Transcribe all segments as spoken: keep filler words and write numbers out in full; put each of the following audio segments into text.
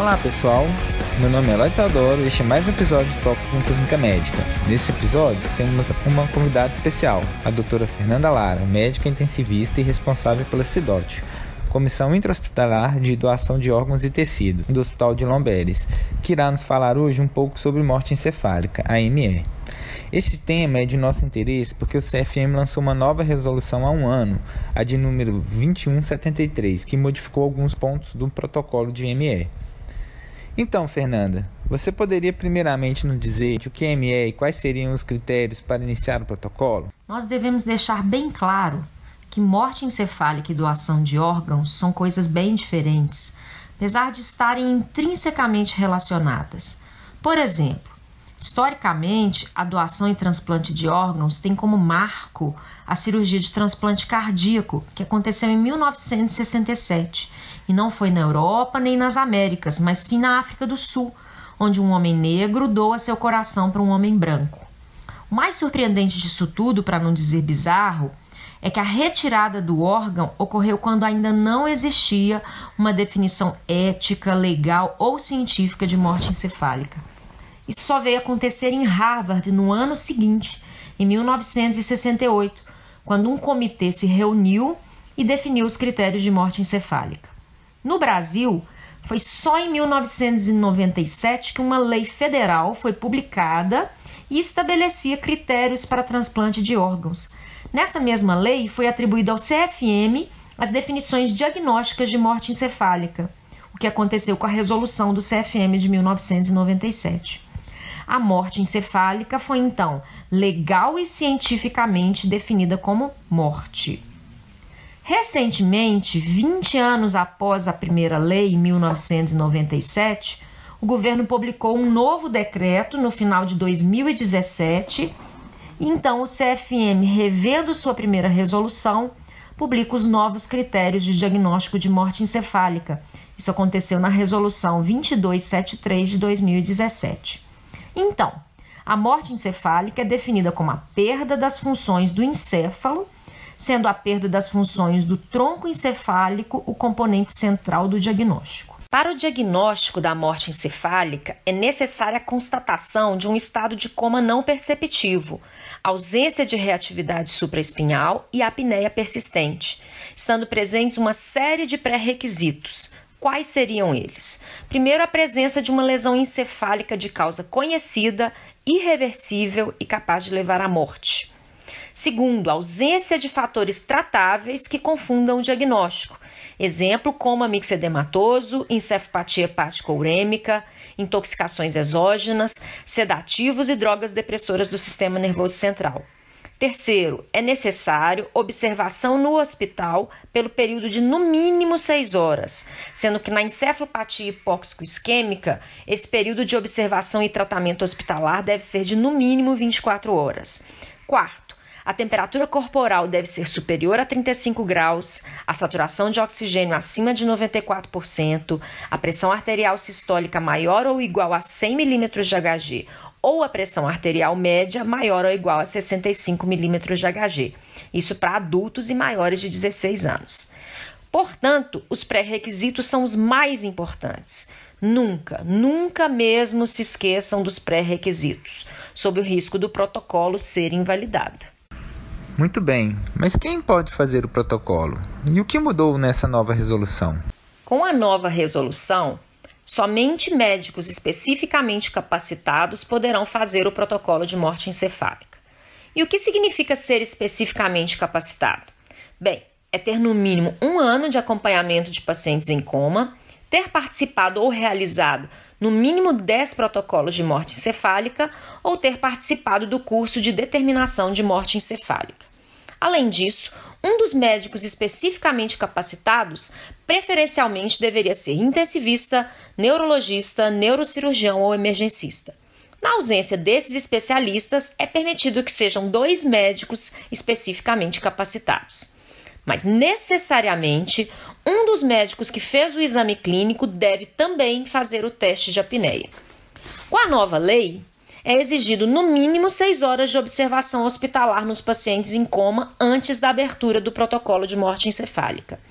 Olá pessoal, meu nome é Eloy Teodoro e este é mais um episódio de Tópicos em Clínica Médica. Nesse episódio temos uma convidada especial, a doutora Fernanda Lara, médica intensivista e responsável pela CIDOT, Comissão Intra-Hospitalar de Doação de Órgãos e Tecidos, do Hospital de Lomberes, que irá nos falar hoje um pouco sobre morte encefálica, a M E. Este tema é de nosso interesse porque o C F M lançou uma nova resolução há um ano, a de número vinte e um setenta e três, que modificou alguns pontos do protocolo de M E. Então, Fernanda, você poderia primeiramente nos dizer o que é M E e quais seriam os critérios para iniciar o protocolo? Nós devemos deixar bem claro que morte encefálica e doação de órgãos são coisas bem diferentes, apesar de estarem intrinsecamente relacionadas. Por exemplo, historicamente, a doação e transplante de órgãos tem como marco a cirurgia de transplante cardíaco, que aconteceu em mil novecentos e sessenta e sete, e não foi na Europa nem nas Américas, mas sim na África do Sul, onde um homem negro doa seu coração para um homem branco. O mais surpreendente disso tudo, para não dizer bizarro, é que a retirada do órgão ocorreu quando ainda não existia uma definição ética, legal ou científica de morte encefálica. Isso só veio acontecer em Harvard no ano seguinte, em mil novecentos e sessenta e oito, quando um comitê se reuniu e definiu os critérios de morte encefálica. No Brasil, foi só em mil novecentos e noventa e sete que uma lei federal foi publicada e estabelecia critérios para transplante de órgãos. Nessa mesma lei, foi atribuído ao C F M as definições diagnósticas de morte encefálica, o que aconteceu com a resolução do C F M de mil novecentos e noventa e sete. A morte encefálica foi, então, legal e cientificamente definida como morte. Recentemente, vinte anos após a primeira lei, em mil novecentos e noventa e sete, o governo publicou um novo decreto no final de dois mil e dezessete, e então o C F M, revendo sua primeira resolução, publica os novos critérios de diagnóstico de morte encefálica. Isso aconteceu na resolução vinte e dois setenta e três de dois mil e dezessete. Então, a morte encefálica é definida como a perda das funções do encéfalo, sendo a perda das funções do tronco encefálico o componente central do diagnóstico. Para o diagnóstico da morte encefálica, é necessária a constatação de um estado de coma não perceptivo, ausência de reatividade supraespinhal e apneia persistente, estando presentes uma série de pré-requisitos. Quais seriam eles? Primeiro, a presença de uma lesão encefálica de causa conhecida, irreversível e capaz de levar à morte. Segundo, a ausência de fatores tratáveis que confundam o diagnóstico. Exemplo, coma mixedematoso, encefalopatia hepática urêmica, intoxicações exógenas, sedativos e drogas depressoras do sistema nervoso central. Terceiro, é necessário observação no hospital pelo período de no mínimo seis horas, sendo que na encefalopatia hipóxico-isquêmica, esse período de observação e tratamento hospitalar deve ser de no mínimo vinte e quatro horas. Quarto, a temperatura corporal deve ser superior a trinta e cinco graus, a saturação de oxigênio acima de noventa e quatro por cento, a pressão arterial sistólica maior ou igual a cem milímetros de Hg, ou a pressão arterial média maior ou igual a sessenta e cinco milímetros de Hg. Isso para adultos e maiores de dezesseis anos. Portanto, os pré-requisitos são os mais importantes. Nunca, nunca mesmo se esqueçam dos pré-requisitos, sob o risco do protocolo ser invalidado. Muito bem, mas quem pode fazer o protocolo? E o que mudou nessa nova resolução? Com a nova resolução, somente médicos especificamente capacitados poderão fazer o protocolo de morte encefálica. E o que significa ser especificamente capacitado? Bem, é ter no mínimo um ano de acompanhamento de pacientes em coma, ter participado ou realizado no mínimo dez protocolos de morte encefálica ou ter participado do curso de determinação de morte encefálica. Além disso, um dos médicos especificamente capacitados preferencialmente deveria ser intensivista, neurologista, neurocirurgião ou emergencista. Na ausência desses especialistas, é permitido que sejam dois médicos especificamente capacitados. Mas, necessariamente, um dos médicos que fez o exame clínico deve também fazer o teste de apneia. Com a nova lei, é exigido no mínimo seis horas de observação hospitalar nos pacientes em coma antes da abertura do protocolo de morte encefálica.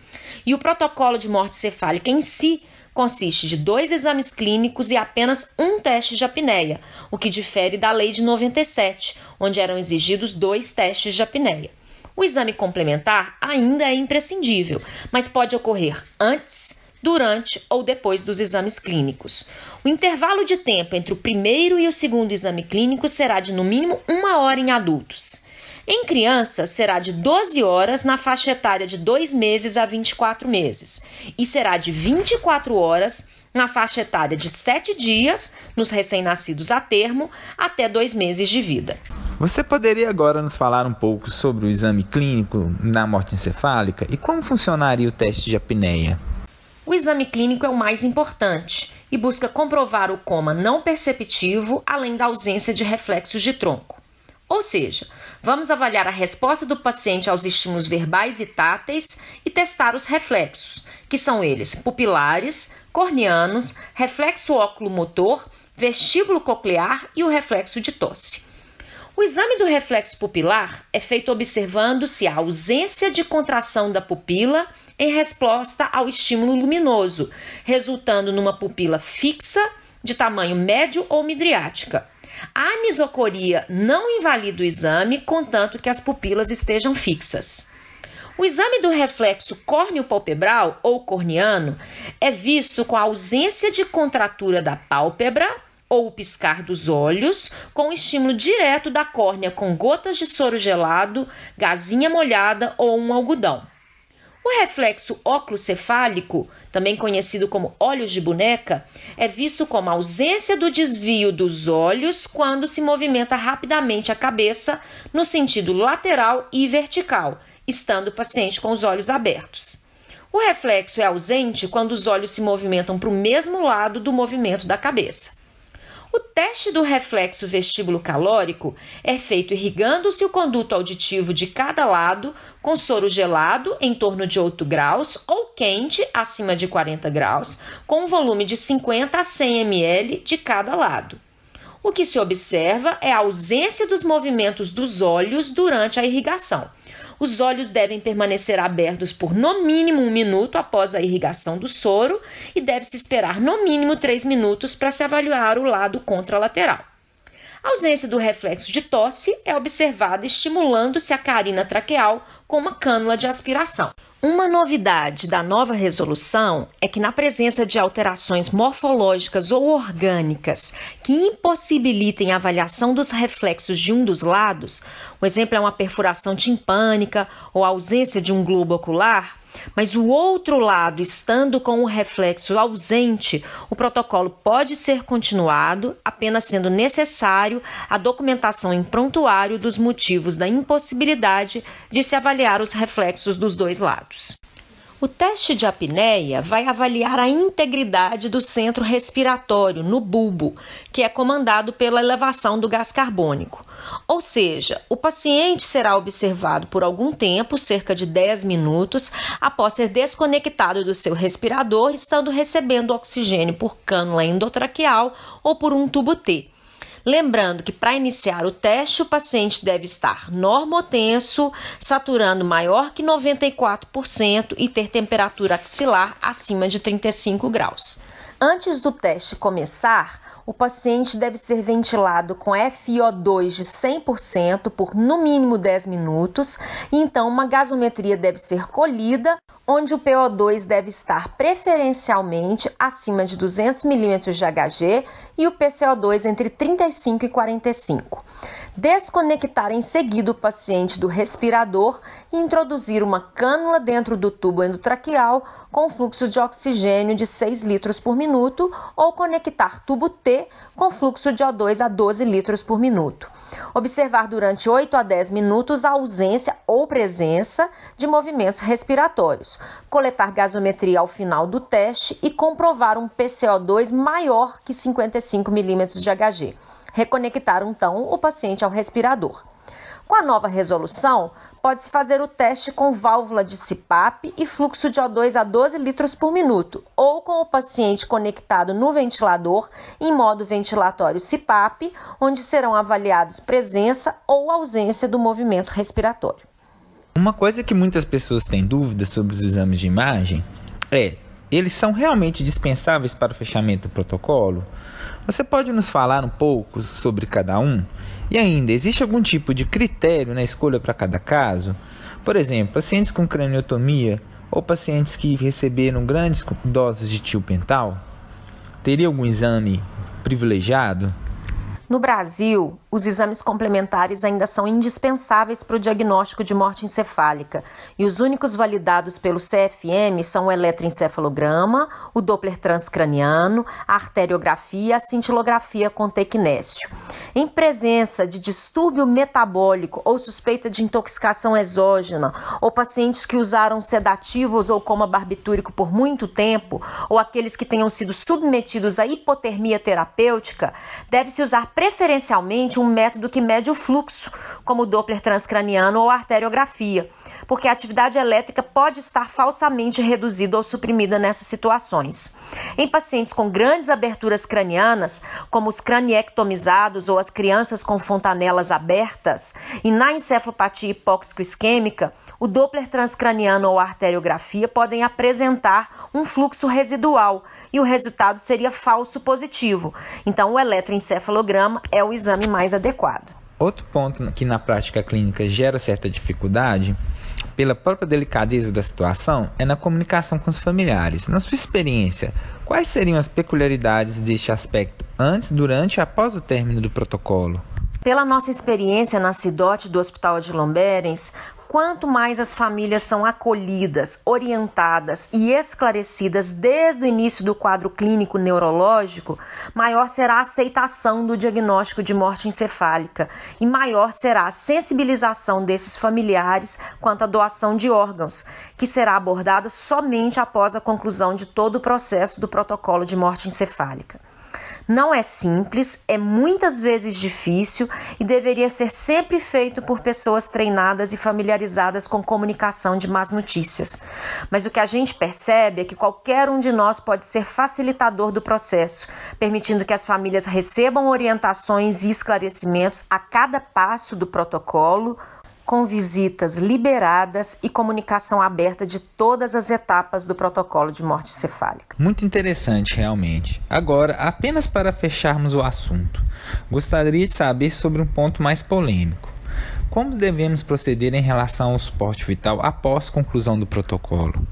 E o protocolo de morte cefálica em si consiste de dois exames clínicos e apenas um teste de apneia, o que difere da lei de noventa e sete, onde eram exigidos dois testes de apneia. O exame complementar ainda é imprescindível, mas pode ocorrer antes, durante ou depois dos exames clínicos. O intervalo de tempo entre o primeiro e o segundo exame clínico será de no mínimo uma hora em adultos. Em crianças, será de doze horas na faixa etária de dois meses a vinte e quatro meses e será de vinte e quatro horas na faixa etária de sete dias nos recém-nascidos a termo até dois meses de vida. Você poderia agora nos falar um pouco sobre o exame clínico na morte encefálica e como funcionaria o teste de apneia? O exame clínico é o mais importante e busca comprovar o coma não perceptivo, além da ausência de reflexos de tronco. Ou seja, vamos avaliar a resposta do paciente aos estímulos verbais e táteis e testar os reflexos, que são eles pupilares, corneanos, reflexo óculo-motor, vestíbulo coclear e o reflexo de tosse. O exame do reflexo pupilar é feito observando-se a ausência de contração da pupila em resposta ao estímulo luminoso, resultando numa pupila fixa de tamanho médio ou midriática. A anisocoria não invalida o exame, contanto que as pupilas estejam fixas. O exame do reflexo córneo-palpebral ou corneano é visto com a ausência de contratura da pálpebra ou o piscar dos olhos, com estímulo direto da córnea com gotas de soro gelado, gazinha molhada ou um algodão. O reflexo óculo-cefálico, também conhecido como olhos de boneca, é visto como a ausência do desvio dos olhos quando se movimenta rapidamente a cabeça no sentido lateral e vertical, estando o paciente com os olhos abertos. O reflexo é ausente quando os olhos se movimentam para o mesmo lado do movimento da cabeça. O teste do reflexo vestíbulo calórico é feito irrigando-se o conduto auditivo de cada lado com soro gelado em torno de oito graus ou quente acima de quarenta graus, com um volume de cinquenta a cem mililitros de cada lado. O que se observa é a ausência dos movimentos dos olhos durante a irrigação. Os olhos devem permanecer abertos por no mínimo um minuto após a irrigação do soro e deve-se esperar no mínimo três minutos para se avaliar o lado contralateral. A ausência do reflexo de tosse é observada estimulando-se a carina traqueal com uma cânula de aspiração. Uma novidade da nova resolução é que, na presença de alterações morfológicas ou orgânicas que impossibilitem a avaliação dos reflexos de um dos lados, o exemplo é uma perfuração timpânica ou a ausência de um globo ocular, mas o outro lado estando com o reflexo ausente, o protocolo pode ser continuado, apenas sendo necessário a documentação em prontuário dos motivos da impossibilidade de se avaliar os reflexos dos dois lados. O teste de apneia vai avaliar a integridade do centro respiratório no bulbo, que é comandado pela elevação do gás carbônico. Ou seja, o paciente será observado por algum tempo, cerca de dez minutos, após ser desconectado do seu respirador, estando recebendo oxigênio por cânula endotraqueal ou por um tubo T. Lembrando que para iniciar o teste, o paciente deve estar normotenso, saturando maior que noventa e quatro por cento e ter temperatura axilar acima de trinta e cinco graus. Antes do teste começar, o paciente deve ser ventilado com F I O dois de cem por cento por no mínimo dez minutos, e então uma gasometria deve ser colhida, onde o P O dois deve estar preferencialmente acima de duzentos milímetros de Hg e o P C O dois entre trinta e cinco e quarenta e cinco. Desconectar em seguida o paciente do respirador e introduzir uma cânula dentro do tubo endotraqueal com fluxo de oxigênio de seis litros por minuto ou conectar tubo T com fluxo de O dois a doze litros por minuto. Observar durante oito a dez minutos a ausência ou presença de movimentos respiratórios. Coletar gasometria ao final do teste e comprovar um P C O dois maior que cinquenta e cinco milímetros de Hg. Reconectar, então, o paciente ao respirador. Com a nova resolução, pode-se fazer o teste com válvula de C PAP e fluxo de O dois a doze litros por minuto, ou com o paciente conectado no ventilador em modo ventilatório C PAP, onde serão avaliados presença ou ausência do movimento respiratório. Uma coisa que muitas pessoas têm dúvidas sobre os exames de imagem é: eles são realmente dispensáveis para o fechamento do protocolo? Você pode nos falar um pouco sobre cada um? E ainda, existe algum tipo de critério na escolha para cada caso? Por exemplo, pacientes com craniotomia ou pacientes que receberam grandes doses de tiopental? Teria algum exame privilegiado? No Brasil, os exames complementares ainda são indispensáveis para o diagnóstico de morte encefálica e os únicos validados pelo C F M são o eletroencefalograma, o Doppler transcraniano, a arteriografia e a cintilografia com tecnésio. Em presença de distúrbio metabólico ou suspeita de intoxicação exógena, ou pacientes que usaram sedativos ou coma barbitúrico por muito tempo, ou aqueles que tenham sido submetidos à hipotermia terapêutica, deve-se usar preferencialmente um método que mede o fluxo, como o Doppler transcraniano ou a arteriografia, porque a atividade elétrica pode estar falsamente reduzida ou suprimida nessas situações. Em pacientes com grandes aberturas cranianas, como os craniectomizados ou as crianças com fontanelas abertas, e na encefalopatia hipóxico-isquêmica, o Doppler transcraniano ou a arteriografia podem apresentar um fluxo residual e o resultado seria falso positivo. Então, o eletroencefalograma é o exame mais adequado. Outro ponto que na prática clínica gera certa dificuldade, pela própria delicadeza da situação, é na comunicação com os familiares. Na sua experiência, quais seriam as peculiaridades deste aspecto antes, durante e após o término do protocolo? Pela nossa experiência na CIDOT do Hospital Odilon Berens, quanto mais as famílias são acolhidas, orientadas e esclarecidas desde o início do quadro clínico neurológico, maior será a aceitação do diagnóstico de morte encefálica e maior será a sensibilização desses familiares quanto à doação de órgãos, que será abordada somente após a conclusão de todo o processo do protocolo de morte encefálica. Não é simples, é muitas vezes difícil e deveria ser sempre feito por pessoas treinadas e familiarizadas com comunicação de más notícias. Mas o que a gente percebe é que qualquer um de nós pode ser facilitador do processo, permitindo que as famílias recebam orientações e esclarecimentos a cada passo do protocolo, com visitas liberadas e comunicação aberta de todas as etapas do protocolo de morte encefálica. Muito interessante, realmente. Agora, apenas para fecharmos o assunto, gostaria de saber sobre um ponto mais polêmico. Como devemos proceder em relação ao suporte vital após conclusão do protocolo?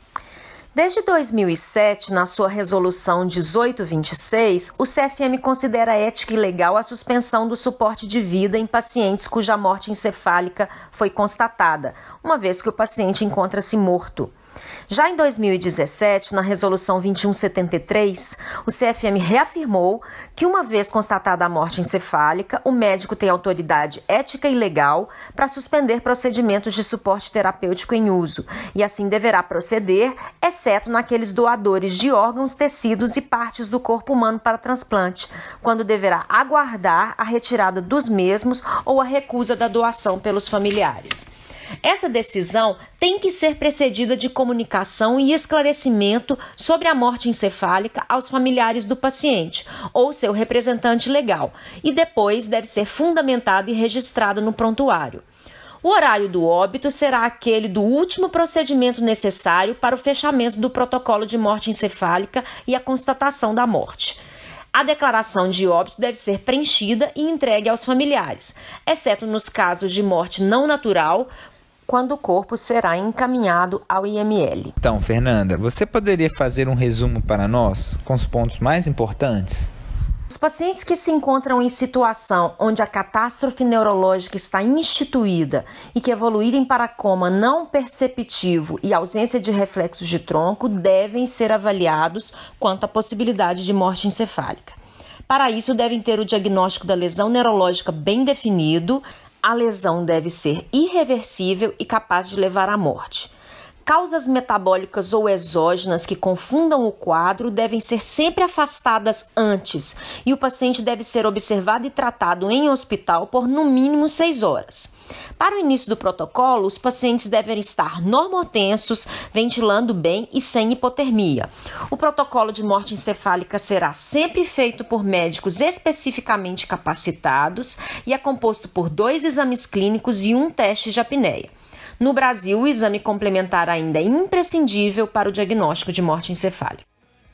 Desde dois mil e sete, na sua resolução dezoito vinte e seis, o C F M considera ética e legal a suspensão do suporte de vida em pacientes cuja morte encefálica foi constatada, uma vez que o paciente encontra-se morto. Já em dois mil e dezessete, na resolução vinte e um setenta e três, o C F M reafirmou que, uma vez constatada a morte encefálica, o médico tem autoridade ética e legal para suspender procedimentos de suporte terapêutico em uso e assim deverá proceder, exceto naqueles doadores de órgãos, tecidos e partes do corpo humano para transplante, quando deverá aguardar a retirada dos mesmos ou a recusa da doação pelos familiares. Essa decisão tem que ser precedida de comunicação e esclarecimento sobre a morte encefálica aos familiares do paciente ou seu representante legal e depois deve ser fundamentada e registrada no prontuário. O horário do óbito será aquele do último procedimento necessário para o fechamento do protocolo de morte encefálica e a constatação da morte. A declaração de óbito deve ser preenchida e entregue aos familiares, exceto nos casos de morte não natural, quando o corpo será encaminhado ao I M L. Então, Fernanda, você poderia fazer um resumo para nós com os pontos mais importantes? Os pacientes que se encontram em situação onde a catástrofe neurológica está instituída e que evoluírem para coma não perceptivo e ausência de reflexos de tronco devem ser avaliados quanto à possibilidade de morte encefálica. Para isso, devem ter o diagnóstico da lesão neurológica bem definido. A lesão deve ser irreversível e capaz de levar à morte. Causas metabólicas ou exógenas que confundam o quadro devem ser sempre afastadas antes e o paciente deve ser observado e tratado em hospital por no mínimo seis horas. Para o início do protocolo, os pacientes devem estar normotensos, ventilando bem e sem hipotermia. O protocolo de morte encefálica será sempre feito por médicos especificamente capacitados e é composto por dois exames clínicos e um teste de apneia. No Brasil, o exame complementar ainda é imprescindível para o diagnóstico de morte encefálica.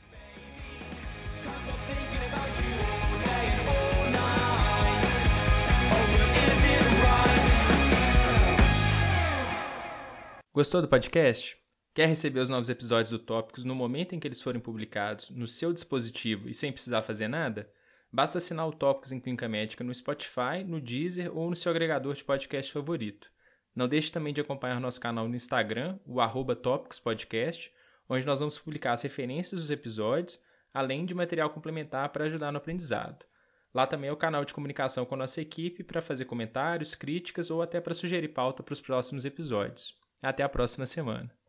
Gostou do podcast? Quer receber os novos episódios do Tópicos no momento em que eles forem publicados, no seu dispositivo e sem precisar fazer nada? Basta assinar o Tópicos em Clínica Médica no Spotify, no Deezer ou no seu agregador de podcast favorito. Não deixe também de acompanhar nosso canal no Instagram, o arroba Tópicos Podcast, onde nós vamos publicar as referências dos episódios, além de material complementar para ajudar no aprendizado. Lá também é o canal de comunicação com a nossa equipe para fazer comentários, críticas ou até para sugerir pauta para os próximos episódios. Até a próxima semana.